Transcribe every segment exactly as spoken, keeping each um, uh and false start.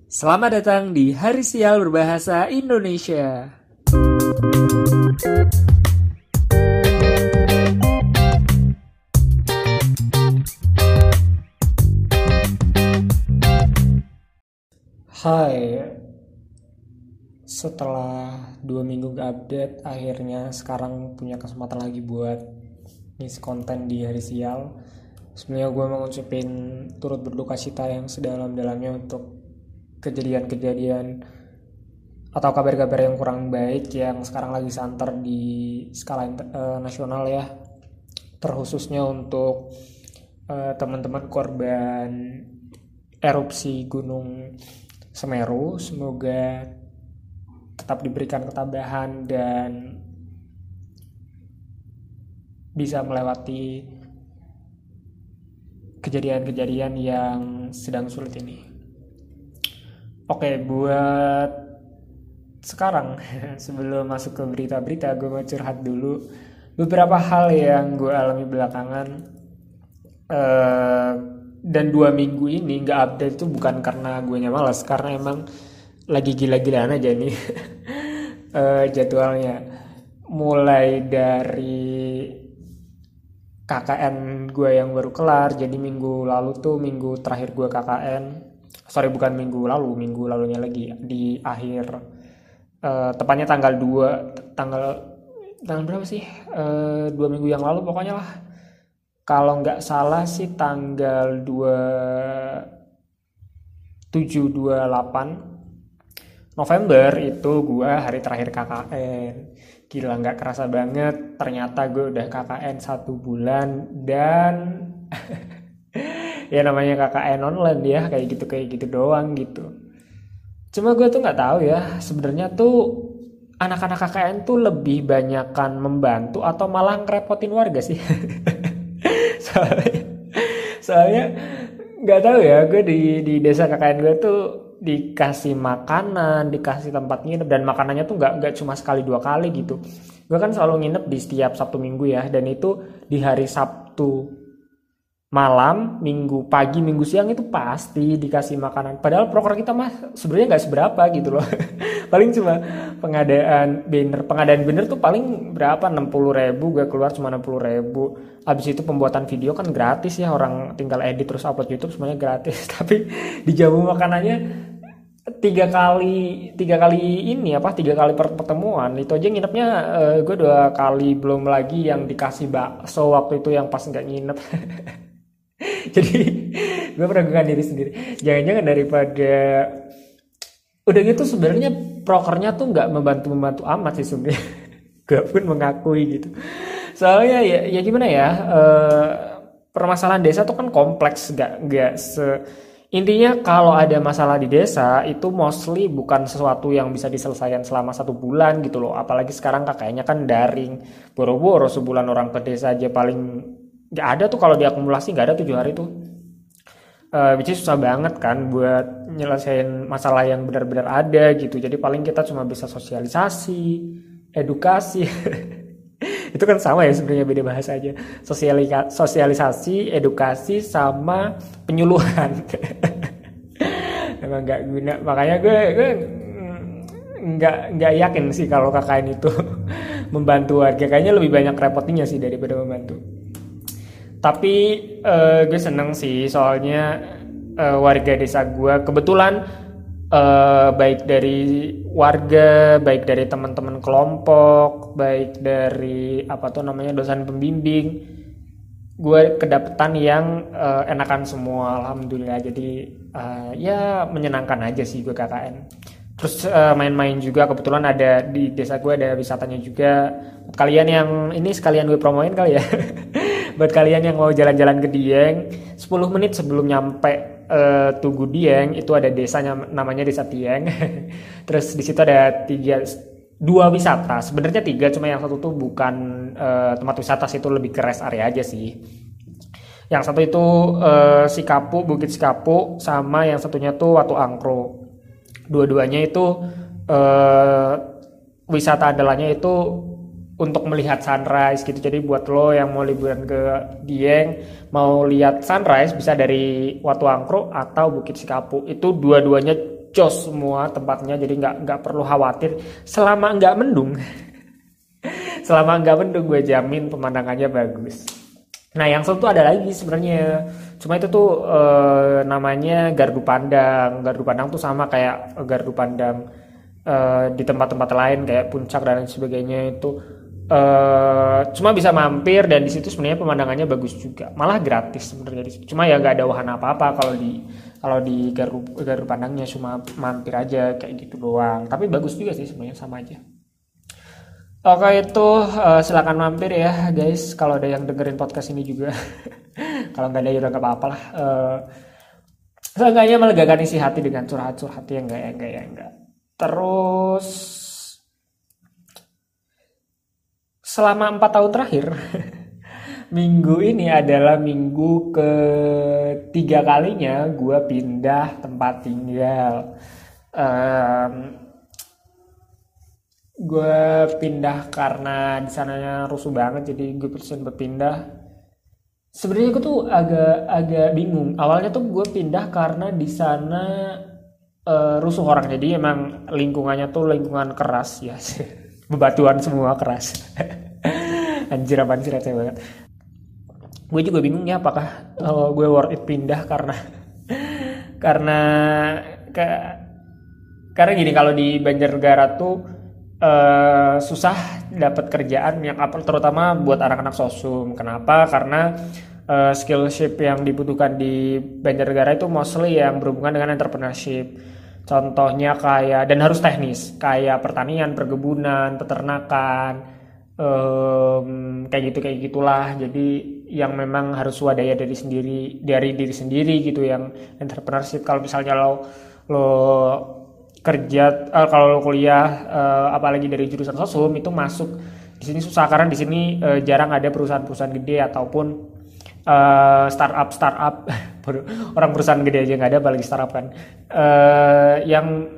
Selamat datang di Hari Sial Berbahasa Indonesia. Hai, setelah dua minggu gak update, akhirnya sekarang punya kesempatan lagi buat ngisi konten di Hari Sial. Sebenarnya gue mau ngucapin turut berduka cita yang sedalam-dalamnya untuk kejadian-kejadian atau kabar-kabar yang kurang baik yang sekarang lagi santer di skala uh, nasional ya, terkhususnya untuk uh, teman-teman korban erupsi Gunung Semeru. Semoga tetap diberikan ketabahan dan bisa melewati kejadian-kejadian yang sedang sulit ini. Oke, buat sekarang sebelum masuk ke berita-berita, gue mau curhat dulu beberapa hal yang gue alami belakangan. Uh, dan dua minggu ini gak update itu bukan karena gue nya malas, karena emang lagi gila-gilaan aja nih uh, jadwalnya. Mulai dari K K N gue yang baru kelar, jadi minggu lalu tuh minggu terakhir gue K K N. Sorry bukan minggu lalu, minggu lalunya lagi di akhir uh, tepatnya tanggal dua, tanggal tanggal berapa sih? Uh, dua minggu yang lalu pokoknya lah. Kalau nggak salah sih tanggal dua puluh tujuh dua puluh delapan November itu gue hari terakhir K K N. Gila, nggak kerasa banget, ternyata gue udah K K N satu bulan. Dan ya namanya K K N online ya, kayak gitu kayak gitu doang gitu. Cuma gue tuh nggak tahu ya, sebenarnya tuh anak-anak K K N tuh lebih banyakan membantu atau malah ngerepotin warga sih. soalnya soalnya nggak tahu ya, gue di di desa K K N gue tuh dikasih makanan, dikasih tempat nginep, dan makanannya tuh nggak nggak cuma sekali dua kali gitu. Gue kan selalu nginep di setiap Sabtu Minggu ya, dan itu di hari Sabtu malam, Minggu pagi, Minggu siang itu pasti dikasih makanan. Padahal proker kita mah sebenarnya nggak seberapa gitu loh. Paling cuma pengadaan banner, pengadaan banner tuh paling berapa, enam puluh ribu, gue keluar cuma enam puluh ribu. Abis itu pembuatan video kan gratis ya, orang tinggal edit terus upload YouTube semuanya gratis. Tapi dijamu makanannya tiga kali tiga kali ini apa tiga kali pertemuan itu aja nginepnya. uh, gue dua kali, belum lagi yang dikasih bakso waktu itu yang pas nggak nginep. Jadi gue meragukan diri sendiri, jangan-jangan daripada udah gitu sebenarnya prokernya tuh nggak membantu membantu amat sih sebenarnya. Gue pun mengakui gitu, soalnya ya, ya gimana ya, uh, permasalahan desa tuh kan kompleks, nggak nggak se intinya kalau ada masalah di desa itu mostly bukan sesuatu yang bisa diselesaikan selama satu bulan gitu loh. Apalagi sekarang kakaknya kan daring, boro-boro sebulan orang ke desa aja paling nggak ada tuh, kalau diakumulasi nggak ada tujuh hari tuh. Uh, which is susah banget kan buat nyelesain masalah yang benar-benar ada gitu. Jadi paling kita cuma bisa sosialisasi, edukasi. Itu kan sama ya sebenarnya, beda bahasa aja. Sosialika, sosialisasi, edukasi, sama penyuluhan. Emang nggak guna. Makanya gue, gue nggak nggak yakin sih kalau K K N itu membantu warga. Kayaknya lebih banyak repotinya sih daripada membantu. Tapi uh, gue seneng sih, soalnya uh, warga desa gue kebetulan uh, baik dari warga, baik dari teman-teman kelompok, baik dari apa tuh namanya dosen pembimbing, gue kedapetan yang uh, enakan semua, alhamdulillah. Jadi uh, ya menyenangkan aja sih gue K K N. Terus uh, main-main juga, kebetulan ada di desa gue ada wisatanya juga. Kalian yang ini sekalian gue promoin kali ya. Buat kalian yang mau jalan-jalan ke Dieng, sepuluh menit sebelum nyampe uh, Tugu Dieng itu ada desanya namanya Desa Dieng. Terus di situ ada tiga dua wisata. Sebenarnya tiga, cuma yang satu tuh bukan uh, tempat wisata sih, itu lebih ke rest area aja sih. Yang satu itu uh, Sikapu, Bukit Sikapu, sama yang satunya tuh Watu Angkro. Dua-duanya itu uh, wisata andalannya itu untuk melihat sunrise gitu. Jadi buat lo yang mau liburan ke Dieng, mau lihat sunrise bisa dari Watu Angkro atau Bukit Sikapu. Itu dua-duanya jos semua tempatnya, jadi nggak nggak perlu khawatir selama nggak mendung. Selama nggak mendung gue jamin pemandangannya bagus. Nah yang seru tuh ada lagi sebenarnya, cuma itu tuh eh, namanya gardu pandang. Gardu pandang tuh sama kayak gardu pandang eh, di tempat-tempat lain kayak puncak dan lain sebagainya itu. Uh, cuma bisa mampir dan di situ sebenarnya pemandangannya bagus juga, malah gratis sebenarnya di situ. Cuma ya nggak ada wahana apa-apa kalau di kalau di gardu gardu pandangnya, cuma mampir aja kayak gitu doang. Tapi bagus juga sih sebenarnya, sama aja. Oke itu uh, silakan mampir ya guys kalau ada yang dengerin podcast ini juga. Kalau nggak ada ya udah nggak apa-apa lah. Uh, seenggaknya melegakan isi hati dengan curhat-curhat ya enggak ya enggak ya enggak. Terus selama empat tahun terakhir, minggu ini adalah minggu ketiga kalinya gue pindah tempat tinggal. Um, gue pindah karena di sananya rusuh banget, jadi gue putusin berpindah. Sebenarnya gue tuh agak agak bingung. Awalnya tuh gue pindah karena di sana uh, rusuh orang, jadi emang lingkungannya tuh lingkungan keras ya. Bebatuan semua keras. Anjir apaan sih, receh banget. Gue juga bingung ya apakah uh, gue worth it pindah karena karena ke, karena gini, kalau di Banjarnegara tuh uh, susah dapat kerjaan yang terutama buat anak-anak sosum. Kenapa? Karena uh, skillship yang dibutuhkan di Banjarnegara itu mostly yang berhubungan dengan entrepreneurship. Contohnya kayak, dan harus teknis, kayak pertanian, perkebunan, peternakan, um, kayak gitu kayak gitulah. Jadi yang memang harus swadaya dari sendiri, dari diri sendiri gitu, yang entrepreneurship. Kalau misalnya lo lo kerja, uh, kalau lo kuliah, uh, apalagi dari jurusan sosum itu masuk di sini susah karena di sini uh, jarang ada perusahaan-perusahaan gede ataupun uh, startup startup. Orang perusahaan gede aja nggak ada, apalagi startup kan, uh, yang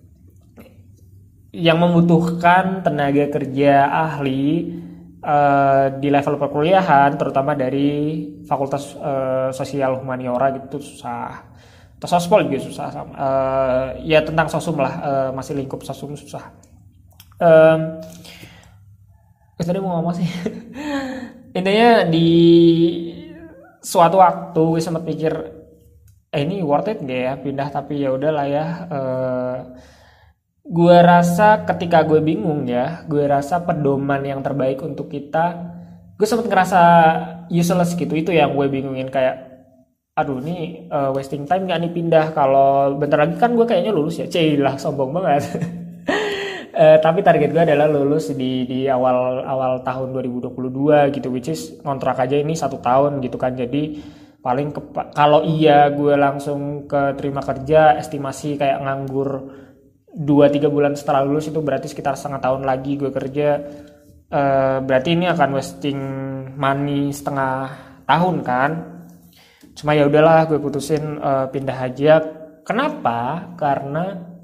yang membutuhkan tenaga kerja ahli uh, di level perkuliahan, terutama dari fakultas uh, sosial humaniora gitu susah. Atau sospol juga susah, sama uh, ya tentang sosum lah, uh, masih lingkup sosum susah. Um, tadi mau ngomong sih. Intinya di suatu waktu gue sempat mikir, eh ini worth it gak ya pindah, tapi ya udahlah ya. Uh, gue rasa ketika gue bingung ya, gue rasa pedoman yang terbaik untuk kita, gue sempat ngerasa useless gitu. Itu yang gue bingungin, kayak aduh ini uh, wasting time gak nih pindah, kalau bentar lagi kan gue kayaknya lulus ya. Cilah sombong banget. Uh, tapi target gue adalah lulus di di awal awal tahun dua ribu dua puluh dua gitu, which is kontrak aja ini satu tahun gitu kan. Jadi paling ke, kalau iya gue langsung ke terima kerja, estimasi kayak nganggur dua tiga bulan setelah lulus itu berarti sekitar setengah tahun lagi gue kerja. Uh, berarti ini akan wasting money setengah tahun kan. Cuma ya udahlah gue putusin uh, pindah aja. Kenapa? Karena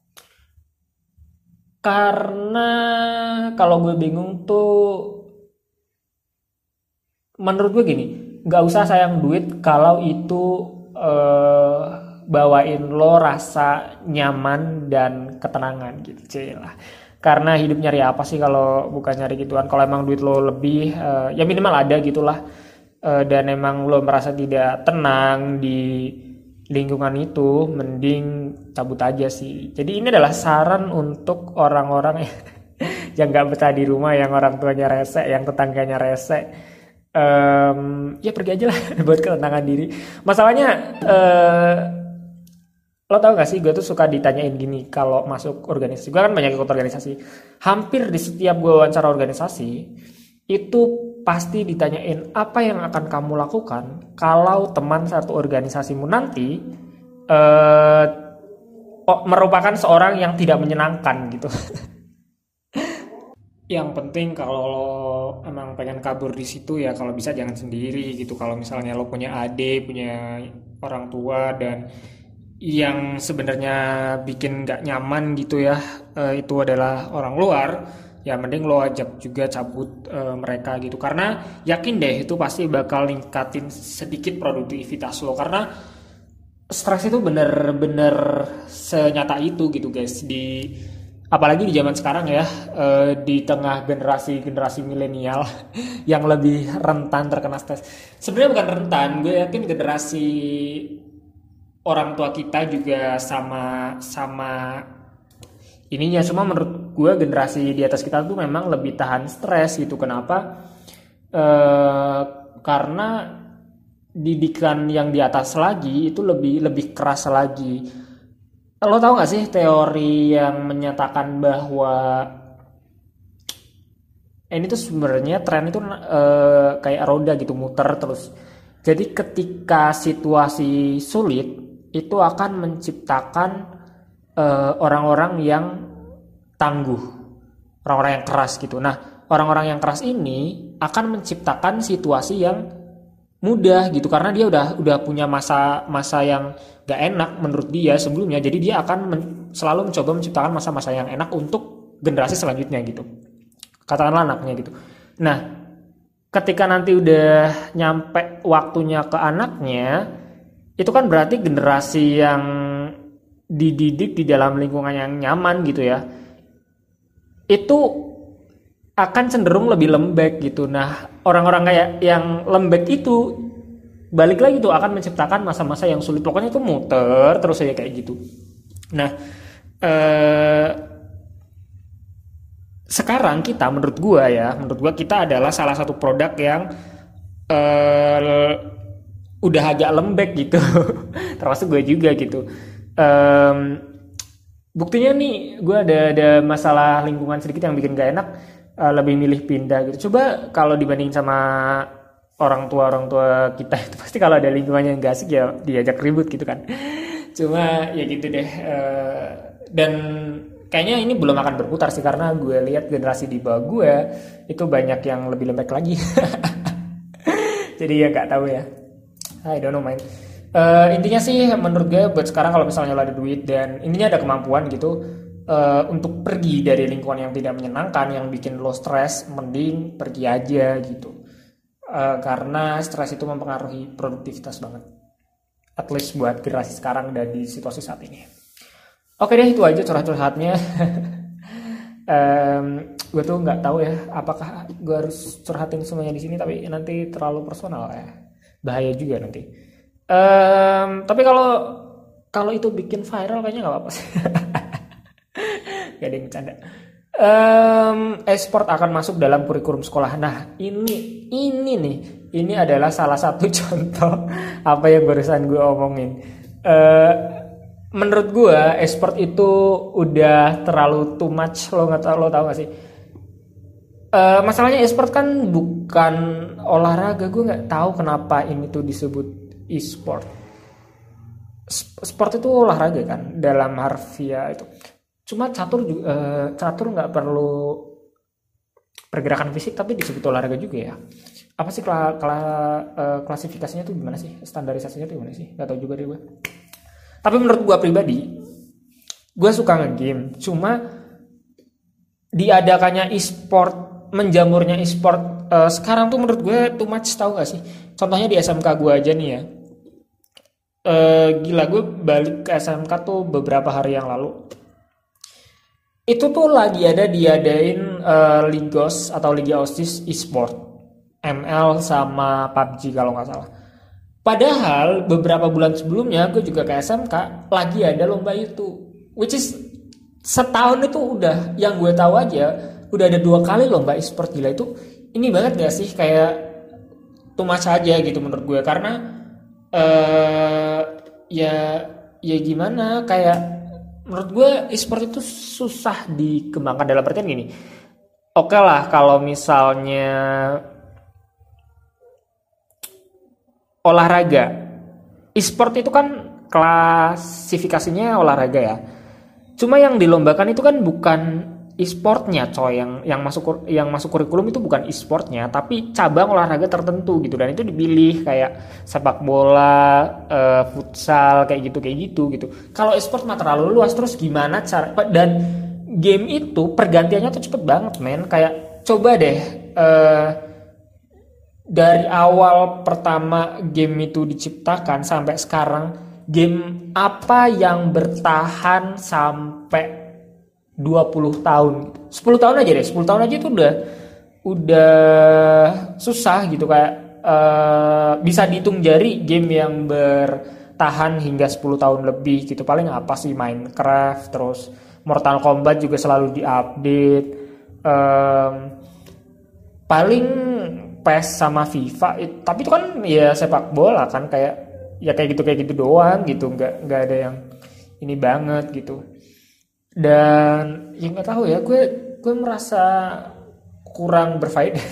Karena kalau gue bingung tuh, menurut gue gini, gak usah sayang duit kalau itu eh, bawain lo rasa nyaman dan ketenangan gitu, cilah. Karena hidup nyari apa sih kalau bukan nyari gituan. Kalau emang duit lo lebih, eh, ya minimal ada gitulah, eh, dan emang lo merasa tidak tenang di lingkungan itu, mending cabut aja sih. Jadi ini adalah saran untuk orang-orang yang gak betah di rumah, yang orang tuanya rese, yang tetangganya rese. Um, ya pergi aja lah buat ketenangan diri. Masalahnya uh, lo tau gak sih, gue tuh suka ditanyain gini kalau masuk organisasi. Gue kan banyak ikut organisasi. Hampir di setiap gue wawancara organisasi itu pasti ditanyain apa yang akan kamu lakukan kalau teman satu organisasimu nanti uh, merupakan seorang yang tidak menyenangkan gitu. Yang penting kalau lo emang pengen kabur di situ ya kalau bisa jangan sendiri gitu. Kalau misalnya lo punya adik, punya orang tua dan yang sebenarnya bikin gak nyaman gitu ya, uh, itu adalah orang luar, ya mending lo ajak juga cabut uh, mereka gitu. Karena yakin deh itu pasti bakal ningkatin sedikit produktivitas lo. Karena stres itu bener-bener senyata itu gitu guys, di apalagi di zaman sekarang ya, eh, di tengah generasi-generasi milenial yang lebih rentan terkena stres. Sebenarnya bukan rentan, gue yakin generasi orang tua kita juga sama sama ininya, cuma menurut gue generasi di atas kita tuh memang lebih tahan stres gitu. Kenapa? Eh, karena didikan yang di atas lagi itu lebih lebih keras lagi. Lo tau gak sih teori yang menyatakan bahwa ini tuh sebenarnya tren itu eh, kayak roda gitu, muter terus. Jadi ketika situasi sulit itu akan menciptakan eh, orang-orang yang tangguh, orang-orang yang keras gitu. Nah, orang-orang yang keras ini akan menciptakan situasi yang mudah gitu, karena dia udah udah punya masa masa yang gak enak menurut dia sebelumnya, jadi dia akan men, selalu mencoba menciptakan masa-masa yang enak untuk generasi selanjutnya gitu, katakanlah anaknya gitu. Nah, ketika nanti udah nyampe waktunya ke anaknya, itu kan berarti generasi yang dididik di dalam lingkungan yang nyaman gitu ya, itu akan cenderung lebih lembek gitu. Nah, orang-orang kayak yang lembek itu balik lagi tuh akan menciptakan masa-masa yang sulit. Pokoknya itu muter terus aja kayak gitu. Nah, eh, sekarang kita menurut gua ya, menurut gua kita adalah salah satu produk yang eh, udah agak lembek gitu. Termasuk gue juga gitu. Um, buktinya nih, gue ada ada masalah lingkungan sedikit yang bikin gak enak. Uh, lebih milih pindah gitu. Coba kalau dibandingin sama orang tua orang tua kita itu pasti kalau ada lingkungannya yang gak asik ya diajak ribut gitu kan. Cuma ya gitu deh. Uh, dan kayaknya ini belum akan berputar sih, karena gue lihat generasi di bawah gue itu banyak yang lebih lembek lagi. Jadi ya nggak tahu ya. I don't know man. Uh, intinya sih menurut gue buat sekarang kalau misalnya lo ada duit dan intinya ada kemampuan gitu, Uh, untuk pergi dari lingkungan yang tidak menyenangkan, yang bikin lo stres, mending pergi aja gitu. Uh, karena stres itu mempengaruhi produktivitas banget. At least buat generasi sekarang dan di situasi saat ini. Oke deh, itu aja curhat-curhatnya. um, gue tuh nggak tahu ya, apakah gue harus curhatin semuanya di sini, tapi nanti terlalu personal ya. Bahaya juga nanti. Um, tapi kalau kalau itu bikin viral kayaknya nggak apa-apa sih. Gak ada yang bercanda. Um, e-sport akan masuk dalam kurikulum sekolah. Nah ini ini nih, ini adalah salah satu contoh apa yang barusan gue omongin. Uh, menurut gue e-sport itu udah terlalu too much. Lo nggak tau, lo tau gak sih? Uh, masalahnya e-sport kan bukan olahraga. Gue nggak tahu kenapa ini tuh disebut e-sport. Sport itu olahraga kan dalam harfiah itu. Cuma catur juga, uh, catur nggak perlu pergerakan fisik tapi disebut olahraga juga ya. Apa sih kla, kla, uh, klasifikasinya tuh gimana sih? Standarisasinya tuh gimana sih? Gak tau juga deh gue. Tapi menurut gue pribadi, gue suka nge-game. Cuma diadakannya e-sport, menjamurnya e-sport uh, sekarang tuh menurut gue too much, tau gak sih? Contohnya di S M K gue aja nih ya. Uh, gila, gue balik ke S M K tuh beberapa hari yang lalu. Itu tuh lagi ada diadain uh, Ligos atau Liga OSIS e-sport, M L sama P U B G kalau nggak salah. Padahal beberapa bulan sebelumnya gue juga ke S M K lagi ada lomba itu, which is setahun itu udah, yang gue tahu aja udah ada dua kali lomba e-sport. Gila, itu ini banget gak sih, kayak too much aja gitu menurut gue. Karena uh, ya ya gimana, kayak menurut gue e-sport itu susah dikembangkan dalam artian gini. Oke okay lah kalau misalnya olahraga, e-sport itu kan klasifikasinya olahraga ya. Cuma yang dilombakan itu kan bukan e-sportnya coy, yang yang masuk yang masuk kurikulum itu bukan e-sportnya, tapi cabang olahraga tertentu gitu, dan itu dipilih kayak sepak bola, uh, futsal, kayak gitu kayak gitu gitu. Kalau e-sport mah terlalu luas, terus gimana cara, dan game itu pergantiannya tuh cepet banget men. Kayak coba deh uh, dari awal pertama game itu diciptakan sampai sekarang game apa yang bertahan sampai dua puluh tahun, sepuluh tahun aja deh, sepuluh tahun aja itu udah udah susah gitu, kayak uh, bisa dihitung jari game yang bertahan hingga sepuluh tahun lebih gitu. Paling apa sih, Minecraft, terus Mortal Kombat juga selalu diupdate, um, paling P E S sama FIFA it, tapi itu kan ya sepak bola kan, kayak ya kayak gitu kayak gitu doang gitu, nggak nggak ada yang ini banget gitu. Dan ya nggak tahu ya, gue gue merasa kurang berfaedah.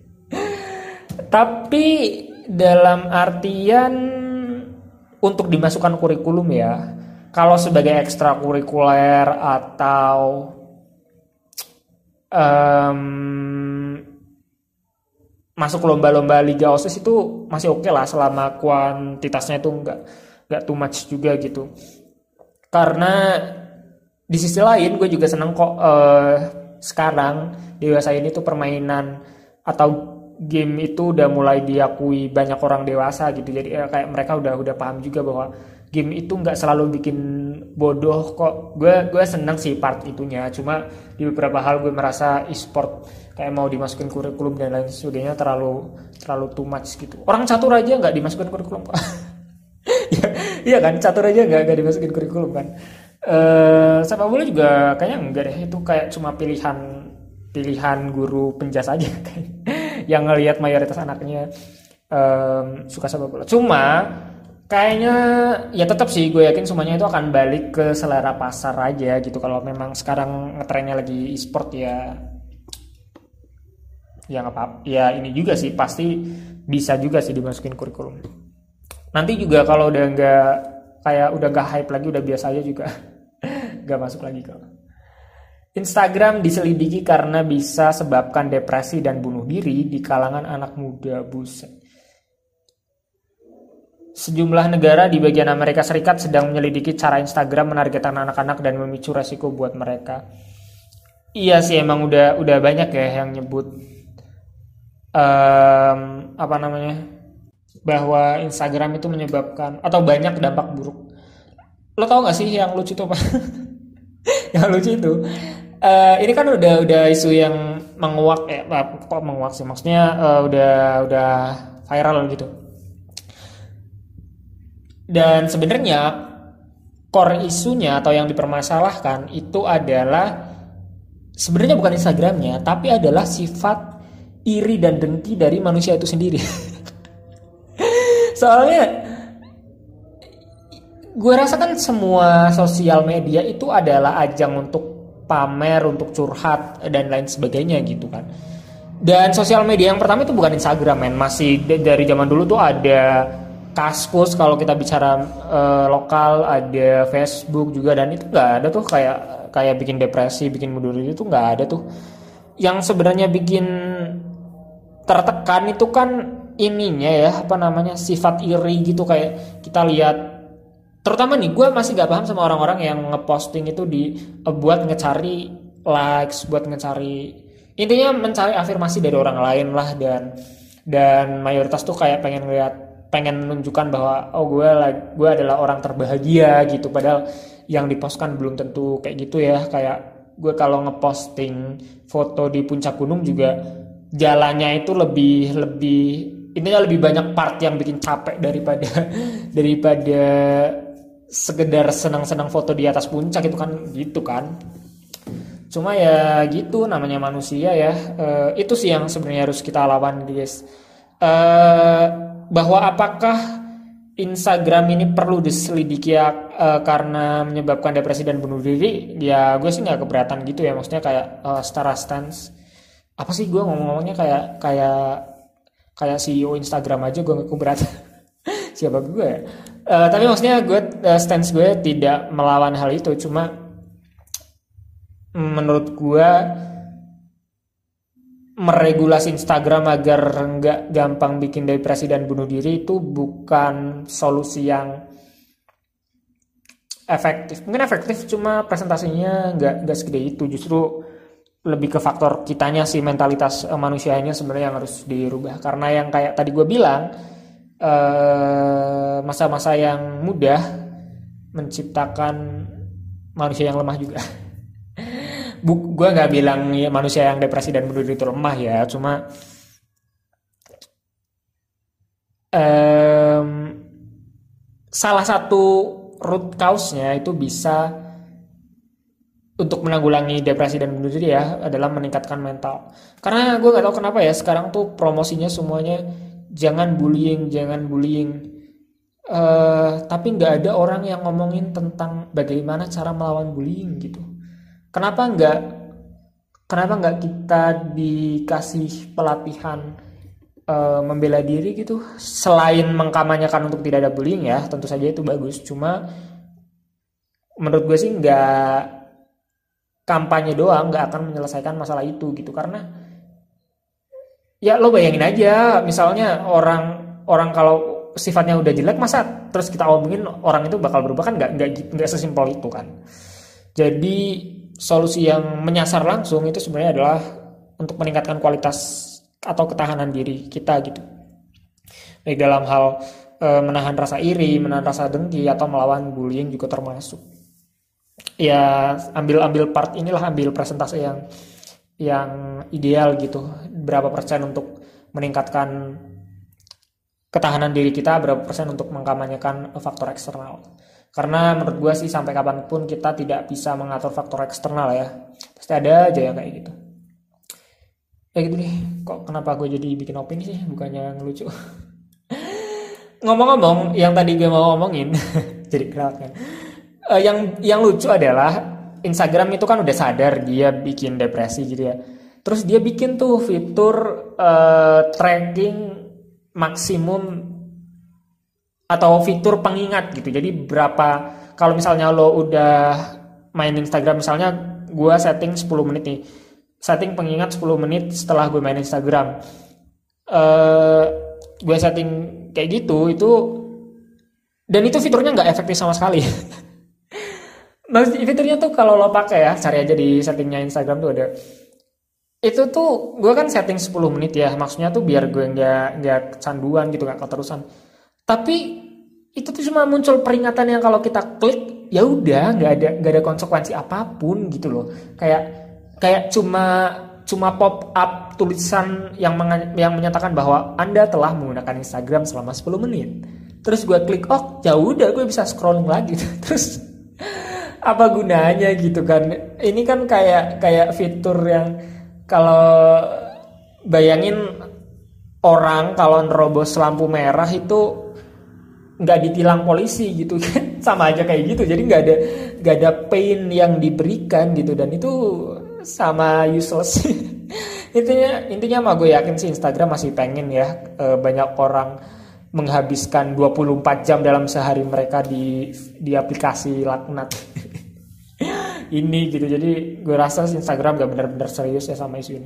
Tapi dalam artian untuk dimasukkan kurikulum ya, kalau sebagai ekstrakurikuler atau um, masuk lomba-lomba Liga OSIS itu masih oke okay lah, selama kuantitasnya itu nggak nggak too much juga gitu. Karena di sisi lain gue juga seneng kok uh, sekarang dewasa ini tuh permainan atau game itu udah mulai diakui banyak orang dewasa gitu. Jadi ya, kayak mereka udah udah paham juga bahwa game itu nggak selalu bikin bodoh kok. Gue gue seneng sih part itunya. Cuma di beberapa hal gue merasa e-sport kayak mau dimasukin kurikulum dan lain sebagainya terlalu terlalu too much gitu. Orang catur aja nggak dimasukin kurikulum kok. Iya kan, catur aja nggak nggak dimasukin kurikulum kan. Uh, sepak bola juga kayaknya enggak deh, itu kayak cuma pilihan pilihan guru penjas aja kan, yang ngelihat mayoritas anaknya um, suka sepak bola. Cuma kayaknya ya tetap sih gue yakin semuanya itu akan balik ke selera pasar aja gitu. Kalau memang sekarang ngetrennya lagi e-sport ya ya nggak apa-apa ya, ini juga sih pasti bisa juga sih dimasukin kurikulum. Nanti juga kalau udah nggak kayak udah nggak hype lagi, udah biasa aja juga nggak masuk lagi kok. Instagram diselidiki karena bisa sebabkan depresi dan bunuh diri di kalangan anak muda. Buset. Sejumlah negara di bagian Amerika Serikat sedang menyelidiki cara Instagram menargetkan anak-anak dan memicu resiko buat mereka. Iya sih, emang udah udah banyak ya yang nyebut um, apa namanya, bahwa Instagram itu menyebabkan atau banyak dampak buruk. Lo tau gak sih yang lucu itu apa? Yang lucu itu uh, ini kan udah udah isu yang menguak ya, kok menguak sih, maksudnya uh, udah udah viral gitu. Dan sebenarnya core isunya atau yang dipermasalahkan itu adalah sebenarnya bukan Instagramnya, tapi adalah sifat iri dan dengki dari manusia itu sendiri. Soalnya gue rasa kan semua sosial media itu adalah ajang untuk pamer, untuk curhat dan lain sebagainya gitu kan. Dan sosial media yang pertama itu bukan Instagram men, masih dari zaman dulu tuh ada Kaskus kalau kita bicara uh, lokal, ada Facebook juga, dan itu nggak ada tuh kayak kayak bikin depresi, bikin mundur diri itu nggak ada tuh. Yang sebenarnya bikin tertekan itu kan ininya ya, apa namanya, sifat iri gitu. Kayak kita lihat, terutama nih gue masih gak paham sama orang-orang yang ngeposting itu di uh, buat ngecari likes, buat ngecari, intinya mencari afirmasi dari orang lain lah. Dan dan mayoritas tuh kayak pengen lihat, pengen menunjukkan bahwa oh gue gue adalah orang terbahagia gitu, padahal yang dipostkan belum tentu kayak gitu ya. Kayak gue kalau ngeposting foto di puncak gunung juga jalannya itu lebih lebih intinya lebih banyak part yang bikin capek daripada daripada sekedar senang-senang foto di atas puncak itu kan, gitu kan. Cuma ya gitu, namanya manusia ya. E, itu sih yang sebenarnya harus kita lawan guys. E, bahwa apakah Instagram ini perlu diselidiki ya, e, karena menyebabkan depresi dan bunuh diri? Ya gue sih nggak keberatan gitu ya, maksudnya kayak e, setara stance. Apa sih gue ngomong-ngomongnya kayak kayak kayak C E O Instagram aja gue nggak keberatan. Siapa gue ya? Uh, tapi maksudnya gue uh, stance gue tidak melawan hal itu, cuma menurut gue meregulasi Instagram agar nggak gampang bikin depresi dan bunuh diri itu bukan solusi yang efektif. Mungkin efektif, cuma presentasinya nggak nggak segede itu. Justru lebih ke faktor kitanya sih, mentalitas uh, manusianya sebenarnya yang harus dirubah. Karena yang kayak tadi gue bilang, uh, masa-masa yang mudah menciptakan manusia yang lemah juga. Bu, gue nggak bilang ya, manusia yang depresi dan bunuh diri itu lemah ya, cuma um, salah satu root cause-nya itu bisa untuk menanggulangi depresi dan bunuh diri ya adalah meningkatkan mental. Karena gue nggak tahu kenapa ya sekarang tuh promosinya semuanya jangan bullying, jangan bullying. Uh, tapi nggak ada orang yang ngomongin tentang bagaimana cara melawan bullying gitu. Kenapa nggak kenapa nggak kita dikasih pelatihan uh, membela diri gitu? Selain mengkampanyekan untuk tidak ada bullying ya, tentu saja itu bagus. Cuma menurut gue sih nggak kampanye doang nggak akan menyelesaikan masalah itu gitu. Karena ya lo bayangin aja, misalnya orang orang kalau sifatnya udah jelek masa terus kita omongin orang itu bakal berubah, kan nggak nggak nggak sesimpel itu kan. Jadi solusi yang menyasar langsung itu sebenarnya adalah untuk meningkatkan kualitas atau ketahanan diri kita gitu, baik dalam hal e, menahan rasa iri, menahan rasa dengki, atau melawan bullying juga termasuk. Ya ambil ambil part inilah, ambil presentase yang yang ideal gitu, berapa persen untuk meningkatkan ketahanan diri kita, berapa persen untuk mengkampanyekan faktor eksternal. Karena menurut gue sih sampai kapanpun kita tidak bisa mengatur faktor eksternal ya, pasti ada aja yang kayak gitu. Ya gitu deh, kok kenapa gue jadi bikin opini sih, bukannya ngelucu. Ngomong-ngomong, yang tadi gue mau ngomongin, jadi kelewat kan. Uh, yang yang lucu adalah Instagram itu kan udah sadar dia bikin depresi gitu ya. Terus dia bikin tuh fitur uh, tracking maksimum atau fitur pengingat gitu. Jadi berapa, kalau misalnya lo udah main Instagram, misalnya gue setting sepuluh menit nih, setting pengingat sepuluh menit setelah gue main Instagram, uh, gue setting kayak gitu itu, dan itu fiturnya nggak efektif sama sekali. Nah fiturnya tuh kalau lo pakai ya, cari aja di settingnya Instagram tuh ada. Itu tuh gue kan setting sepuluh menit ya, maksudnya tuh biar gue nggak nggak kecanduan gitu, nggak keterusan. Tapi itu tuh cuma muncul peringatan yang kalau kita klik ya udah nggak ada nggak ada konsekuensi apapun gitu loh. Kayak kayak cuma cuma pop up tulisan yang meng, yang menyatakan bahwa Anda telah menggunakan Instagram selama sepuluh menit. Terus gue klik oh ya udah, gue bisa scrolling lagi. Terus apa gunanya gitu kan? Ini kan kayak kayak fitur yang kalau bayangin orang kalau nerobos lampu merah itu nggak ditilang polisi gitu kan, sama aja kayak gitu. Jadi nggak ada nggak ada pain yang diberikan gitu, dan itu sama useless. intinya intinya mah gue yakin sih Instagram masih pengen ya e, banyak orang menghabiskan dua puluh empat jam dalam sehari mereka di di aplikasi laknat ini gitu. Jadi gue rasa Instagram gak benar-benar serius ya sama isu ini.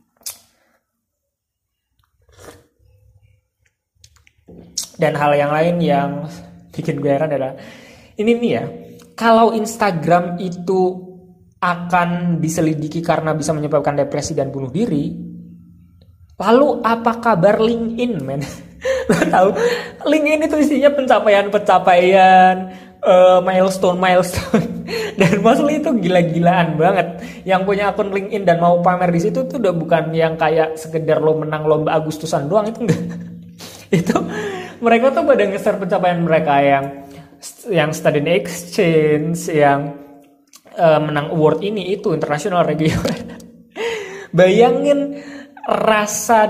Dan hal yang lain yang bikin gue heran adalah ini nih ya, kalau Instagram itu akan diselidiki karena bisa menyebabkan depresi dan bunuh diri, lalu apa kabar LinkedIn, men? Lo tahu LinkedIn itu isinya pencapaian-pencapaian, uh, milestone-milestone, dan mostly itu gila-gilaan banget. Yang punya akun LinkedIn dan mau pamer di situ tuh udah bukan yang kayak sekedar lo menang lomba Agustusan doang, itu enggak. Itu mereka tuh pada nge-share pencapaian mereka yang yang student exchange, yang uh, menang award ini itu international regional. Bayangin rasa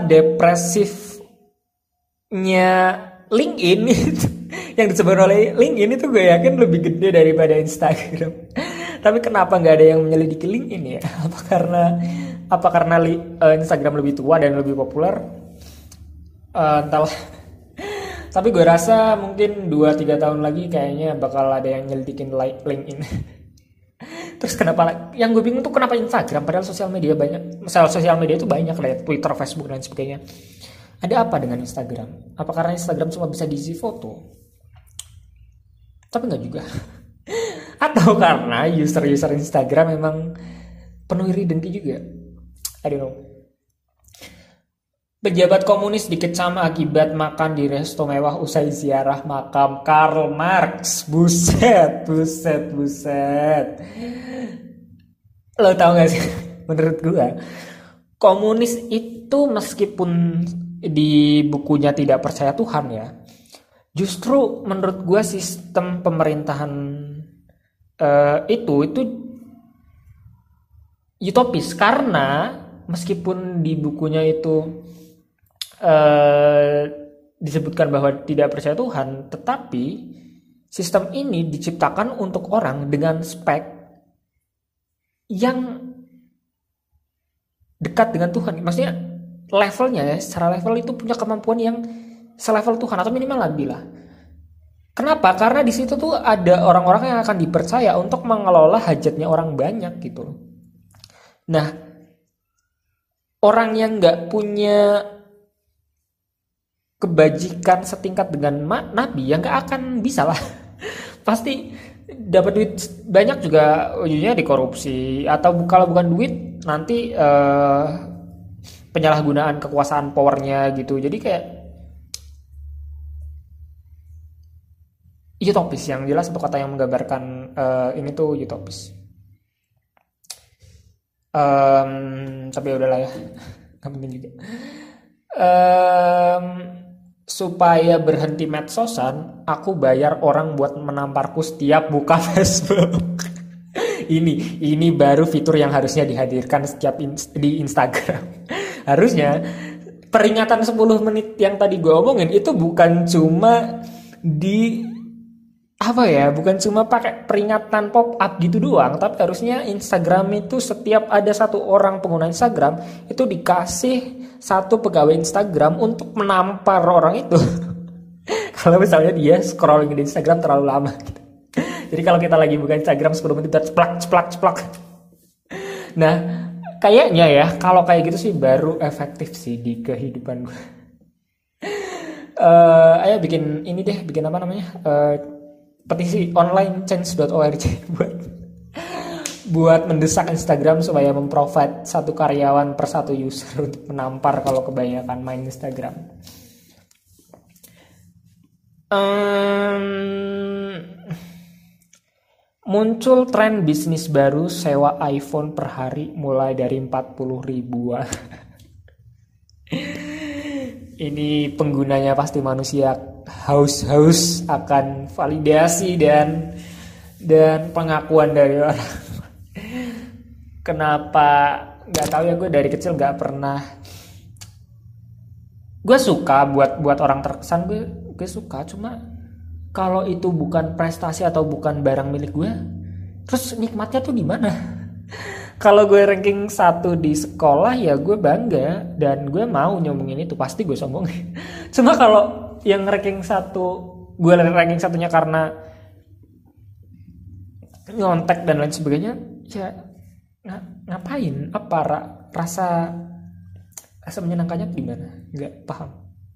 depresifnya LinkedIn itu, yang disebut oleh LinkedIn itu gue yakin lebih gede daripada Instagram. Tapi kenapa nggak ada yang menyelidiki LinkedIn ya? Apa karena apa karena uh, Instagram lebih tua dan lebih populer? Uh, entahlah. Tapi gue rasa mungkin dua tiga tahun lagi kayaknya bakal ada yang nyelidikin LinkedIn. Terus kenapa, yang gue bingung tuh kenapa Instagram, padahal sosial media banyak, misal sosial media itu banyak kayak Twitter, Facebook dan sebagainya. Ada apa dengan Instagram? Apa karena Instagram cuma bisa diisi foto? Tapi nggak juga. Atau karena user-user Instagram memang penuh iri dengki juga. I don't know. Pejabat komunis dikecam akibat makan di resto mewah usai ziarah makam Karl Marx. Buset, buset, buset. Lo tau gak sih? Menurut gue, komunis itu meskipun di bukunya tidak percaya Tuhan ya, justru menurut gue sistem pemerintahan uh, itu itu utopis, karena meskipun di bukunya itu uh, disebutkan bahwa tidak percaya Tuhan, tetapi sistem ini diciptakan untuk orang dengan spek yang dekat dengan Tuhan. Maksudnya levelnya ya, secara level itu punya kemampuan yang selevel Tuhan atau minimal lebih lah. Kenapa? Karena di situ tuh ada orang-orang yang akan dipercaya untuk mengelola hajatnya orang banyak gitu. Nah, orang yang nggak punya kebajikan setingkat dengan Nabi ya nggak akan bisa lah. Pasti dapat duit banyak juga ujungnya dikorupsi, atau kalau bukan duit nanti uh, penyalahgunaan kekuasaan powernya gitu. Jadi kayak utopis, yang jelas satu kata yang menggambarkan uh, ini tuh utopis. Um, tapi udahlah ya, nggak penting juga. Um, supaya berhenti medsosan, aku bayar orang buat menamparku setiap buka Facebook. ini ini baru fitur yang harusnya dihadirkan setiap in, di Instagram. Harusnya peringatan sepuluh menit yang tadi gue omongin itu bukan cuma di apa ya, bukan cuma pakai peringatan pop up gitu doang, tapi harusnya Instagram itu setiap ada satu orang pengguna Instagram itu dikasih satu pegawai Instagram untuk menampar orang itu. Kalau misalnya dia scrolling di Instagram terlalu lama gitu. Jadi kalau kita lagi buka Instagram sepuluh menit ceplak ceplak ceplak. Nah, kayaknya ya kalau kayak gitu sih baru efektif sih di kehidupan gue. Uh, ayo bikin ini deh, bikin apa namanya? Uh, petisi online change dot org buat buat mendesak Instagram supaya memprovide satu karyawan per satu user untuk menampar kalau kebanyakan main Instagram. Um, muncul tren bisnis baru sewa iPhone per hari mulai dari empat puluh ribuan. Ini penggunanya pasti manusia haus-haus akan validasi dan dan pengakuan dari orang. Kenapa? Nggak tahu ya, gue dari kecil nggak pernah. Gue suka buat buat orang terkesan, gue gue suka. Cuma kalau itu bukan prestasi atau bukan barang milik gue, terus nikmatnya tuh di mana? Kalau gue ranking satu di sekolah ya gue bangga dan gue mau nyomongin itu, pasti gue sombongin. Cuma kalau yang ranking satu, gue ranking satunya karena nyontek dan lain sebagainya, ya ng- ngapain? Apa ra- rasa rasa menyenangkannya di mana? Nggak paham.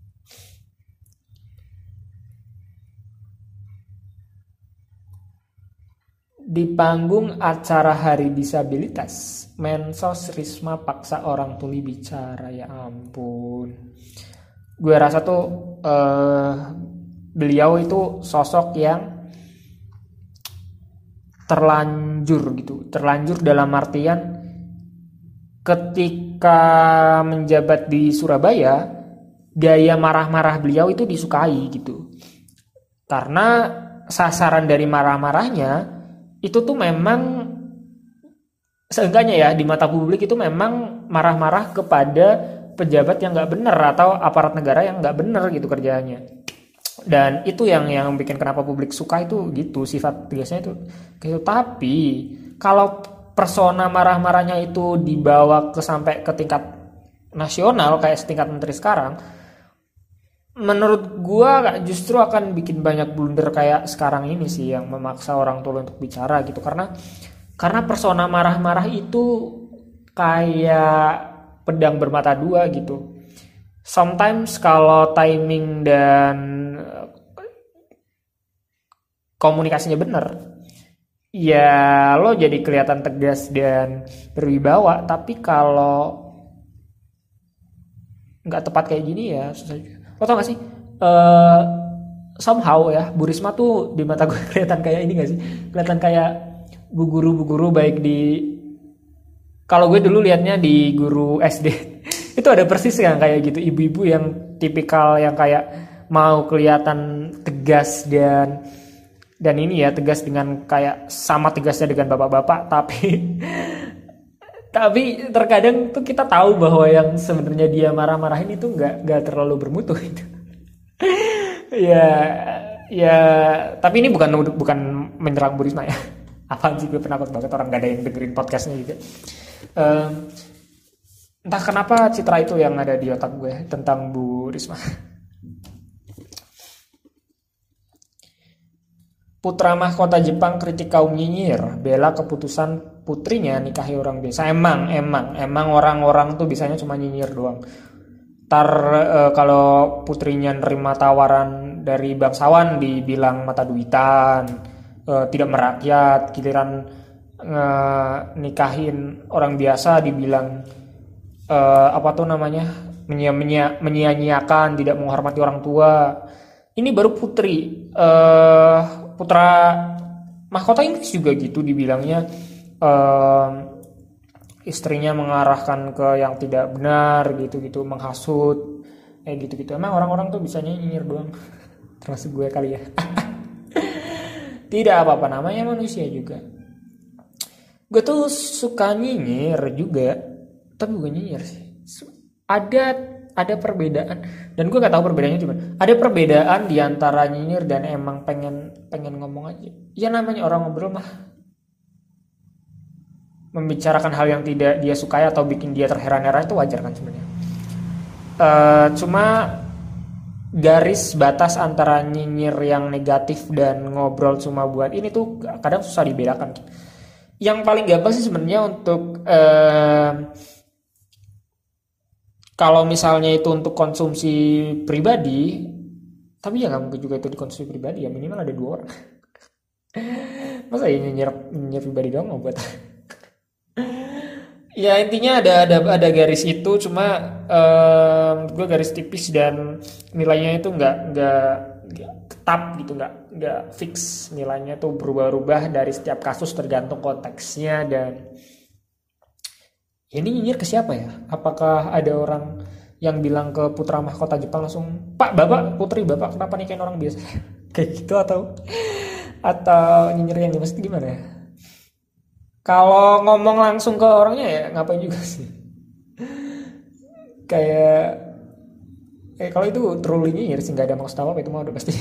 Di panggung acara Hari Disabilitas, Mensos Risma paksa orang tuli bicara. Ya ampun. Gue rasa tuh uh, beliau itu sosok yang terlanjur gitu. Terlanjur dalam artian ketika menjabat di Surabaya, gaya marah-marah beliau itu disukai gitu. Karena sasaran dari marah-marahnya itu tuh memang seenggaknya ya di mata publik itu memang marah-marah kepada pejabat yang nggak benar atau aparat negara yang nggak benar gitu kerjanya. Dan itu yang yang bikin kenapa publik suka itu gitu, sifat biasanya itu gitu. Tapi kalau persona marah-marahnya itu dibawa ke sampai ke tingkat nasional kayak setingkat menteri sekarang, menurut gua justru akan bikin banyak blunder kayak sekarang ini sih, yang memaksa orang tua untuk bicara gitu. Karena karena persona marah-marah itu kayak pedang bermata dua gitu. Sometimes kalau timing dan komunikasinya benar, ya lo jadi kelihatan tegas dan berwibawa. Tapi kalau nggak tepat kayak gini ya susah juga. Lo tau gak sih uh, somehow ya Bu Risma tuh di mata gue kelihatan kayak ini gak sih, kelihatan kayak bu guru bu guru baik di, kalau gue dulu liatnya di guru S D itu ada persis yang kayak gitu, ibu-ibu yang tipikal yang kayak mau kelihatan tegas dan dan ini ya tegas dengan kayak sama tegasnya dengan bapak-bapak, tapi tapi terkadang tuh kita tahu bahwa yang sebenarnya dia marah-marahin itu nggak nggak terlalu bermutu itu. ya ya tapi ini bukan bukan menyerang Bu Risma ya. Apaan sih, gue penakut banget orang gak ada yang dengerin podcastnya juga. Um, entah kenapa citra itu yang ada di otak gue tentang Bu Risma. Putra mahkota Jepang kritik kaum nyinyir, bela keputusan putrinya nikahi orang biasa. Emang, emang, emang orang-orang tuh bisanya cuma nyinyir doang. Ntar e, kalau putrinya nerima tawaran dari bangsawan dibilang mata duitan, e, tidak merakyat, giliran e, nikahin orang biasa dibilang e, apa tuh namanya, menyia- menyia-nyiakan, tidak menghormati orang tua. Ini baru putri. Eh, putra mahkota Inggris juga gitu dibilangnya, eh, istrinya mengarahkan ke yang tidak benar gitu-gitu, menghasut kayak gitu-gitu. Emang orang-orang tuh bisanya nyinyir doang. Termasuk gue kali ya. Tidak apa-apa, namanya manusia juga. Gue tuh suka nyinyir juga, tapi bukan nyinyir sih. Ada ada perbedaan, dan gue gak tahu perbedaannya cuma ada perbedaan di antara nyinyir dan emang pengen pengen ngomong aja. Ya namanya orang ngobrol mah, membicarakan hal yang tidak dia sukai atau bikin dia terheran-heran itu wajar kan sebenarnya. Uh, cuma garis batas antara nyinyir yang negatif dan ngobrol cuma buat ini tuh kadang susah dibedakan. Yang paling gampang sih sebenarnya untuk uh, kalau misalnya itu untuk konsumsi pribadi, tapi ya nggak mungkin juga itu dikonsumsi pribadi, ya minimal ada dua orang. Masa ya nyinyir, nyinyir pribadi doang mau buat? Ya intinya ada ada ada garis itu, cuma um, gue garis tipis dan nilainya itu nggak nggak tetap gitu, nggak nggak fix, nilainya tuh berubah-ubah dari setiap kasus tergantung konteksnya. Dan ini nyinyir ke siapa ya? Apakah ada orang yang bilang ke putra mahkota Jepang langsung, Pak, Bapak, Putri, Bapak kenapa nikahin orang biasa? Kayak gitu, atau atau nyinyir yang dimaksud gimana ya? Kalau ngomong langsung ke orangnya ya ngapain juga sih? Kayak eh kalau itu truly nyinyir sih, nggak ada maksud apa-apa, itu mah udah pasti.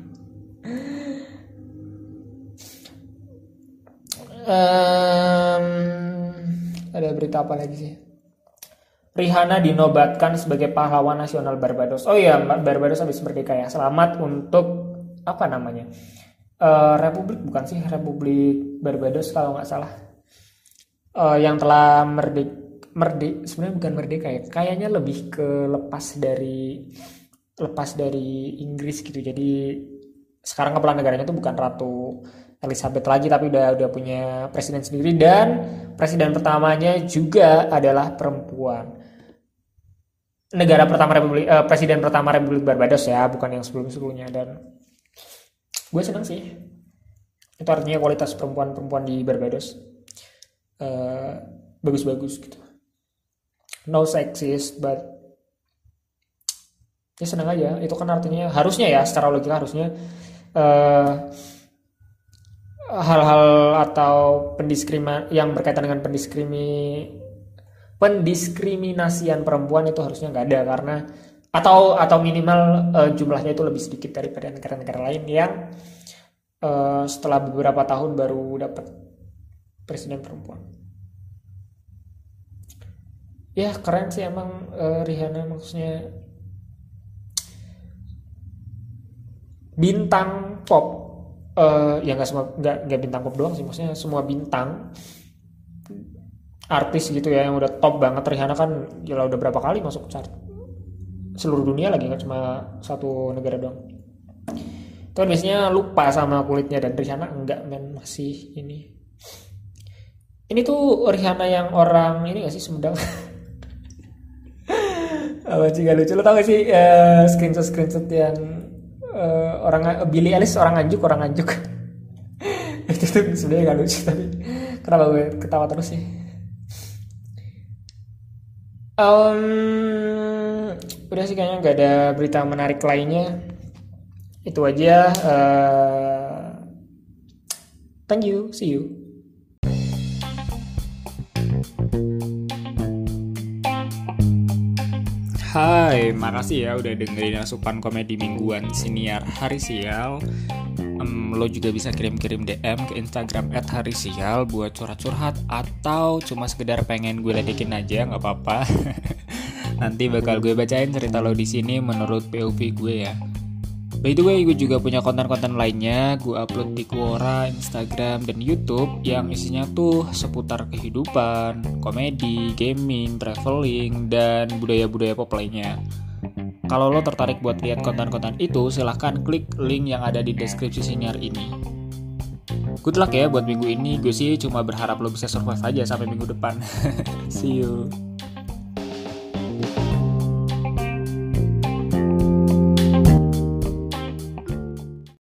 um, Ada berita apa lagi sih? Rihanna dinobatkan sebagai pahlawan nasional Barbados. Oh iya, Barbados habis merdeka ya. Selamat untuk apa namanya? Uh, Republik bukan sih, Republik Barbados kalau nggak salah. Uh, yang telah merdek, merdek sebenarnya bukan merdeka ya. Kayaknya lebih ke lepas dari lepas dari Inggris gitu. Jadi sekarang kepala negaranya itu bukan Ratu Elizabeth lagi, tapi udah udah punya presiden sendiri, dan presiden pertamanya juga adalah perempuan. Negara pertama Republik eh, presiden pertama Republik Barbados ya, bukan yang sebelum-sebelumnya. Dan gue senang sih, itu artinya kualitas perempuan-perempuan di Barbados eh, bagus-bagus gitu. No sexist, but ya senang aja. Itu kan artinya harusnya ya, secara logika harusnya eh, hal-hal atau pendiskriminasi yang berkaitan dengan pendiskriminasi pendiskriminasian perempuan itu harusnya nggak ada, karena atau atau minimal uh, jumlahnya itu lebih sedikit daripada negara-negara lain yang uh, setelah beberapa tahun baru dapat presiden perempuan. Ya keren sih emang uh, Rihanna, maksudnya bintang pop. Uh, ya nggak semua nggak nggak bintang pop doang sih, maksudnya semua bintang artis gitu ya yang udah top banget. Rihanna kan ya udah berapa kali masuk chart seluruh dunia lagi, nggak cuma satu negara doang. Itu kan biasanya lupa sama kulitnya, dan Rihanna enggak, men, masih ini ini tuh Rihanna yang orang ini nggak sih, Sumedang. Apa sih gak lucu? Lo tau gak sih uh, screenshot screenshot yang uh, orang Billie Eilish orang anjuk orang anjuk. Itu tuh sebenarnya gak lucu tapi kenapa gue ketawa terus sih? Um, udah sih kayaknya nggak ada berita menarik lainnya. Itu aja. Uh, thank you. See you. Hai, makasih ya udah dengerin asupan komedi mingguan siniar Hari Sial. Um, lo juga bisa kirim-kirim D M ke Instagram et harisial buat curhat-curhat atau cuma sekedar pengen gue ledekin aja, nggak apa-apa. Nanti bakal gue bacain cerita lo di sini menurut P O V gue ya. By the way, gue juga punya konten-konten lainnya. Gue upload di Quora, Instagram, dan YouTube yang isinya tuh seputar kehidupan, komedi, gaming, traveling, dan budaya-budaya pop lainnya. Kalau lo tertarik buat lihat konten-konten itu, silahkan klik link yang ada di deskripsi siniar ini. Good luck ya buat minggu ini. Gue sih cuma berharap lo bisa survive aja sampai minggu depan. See you.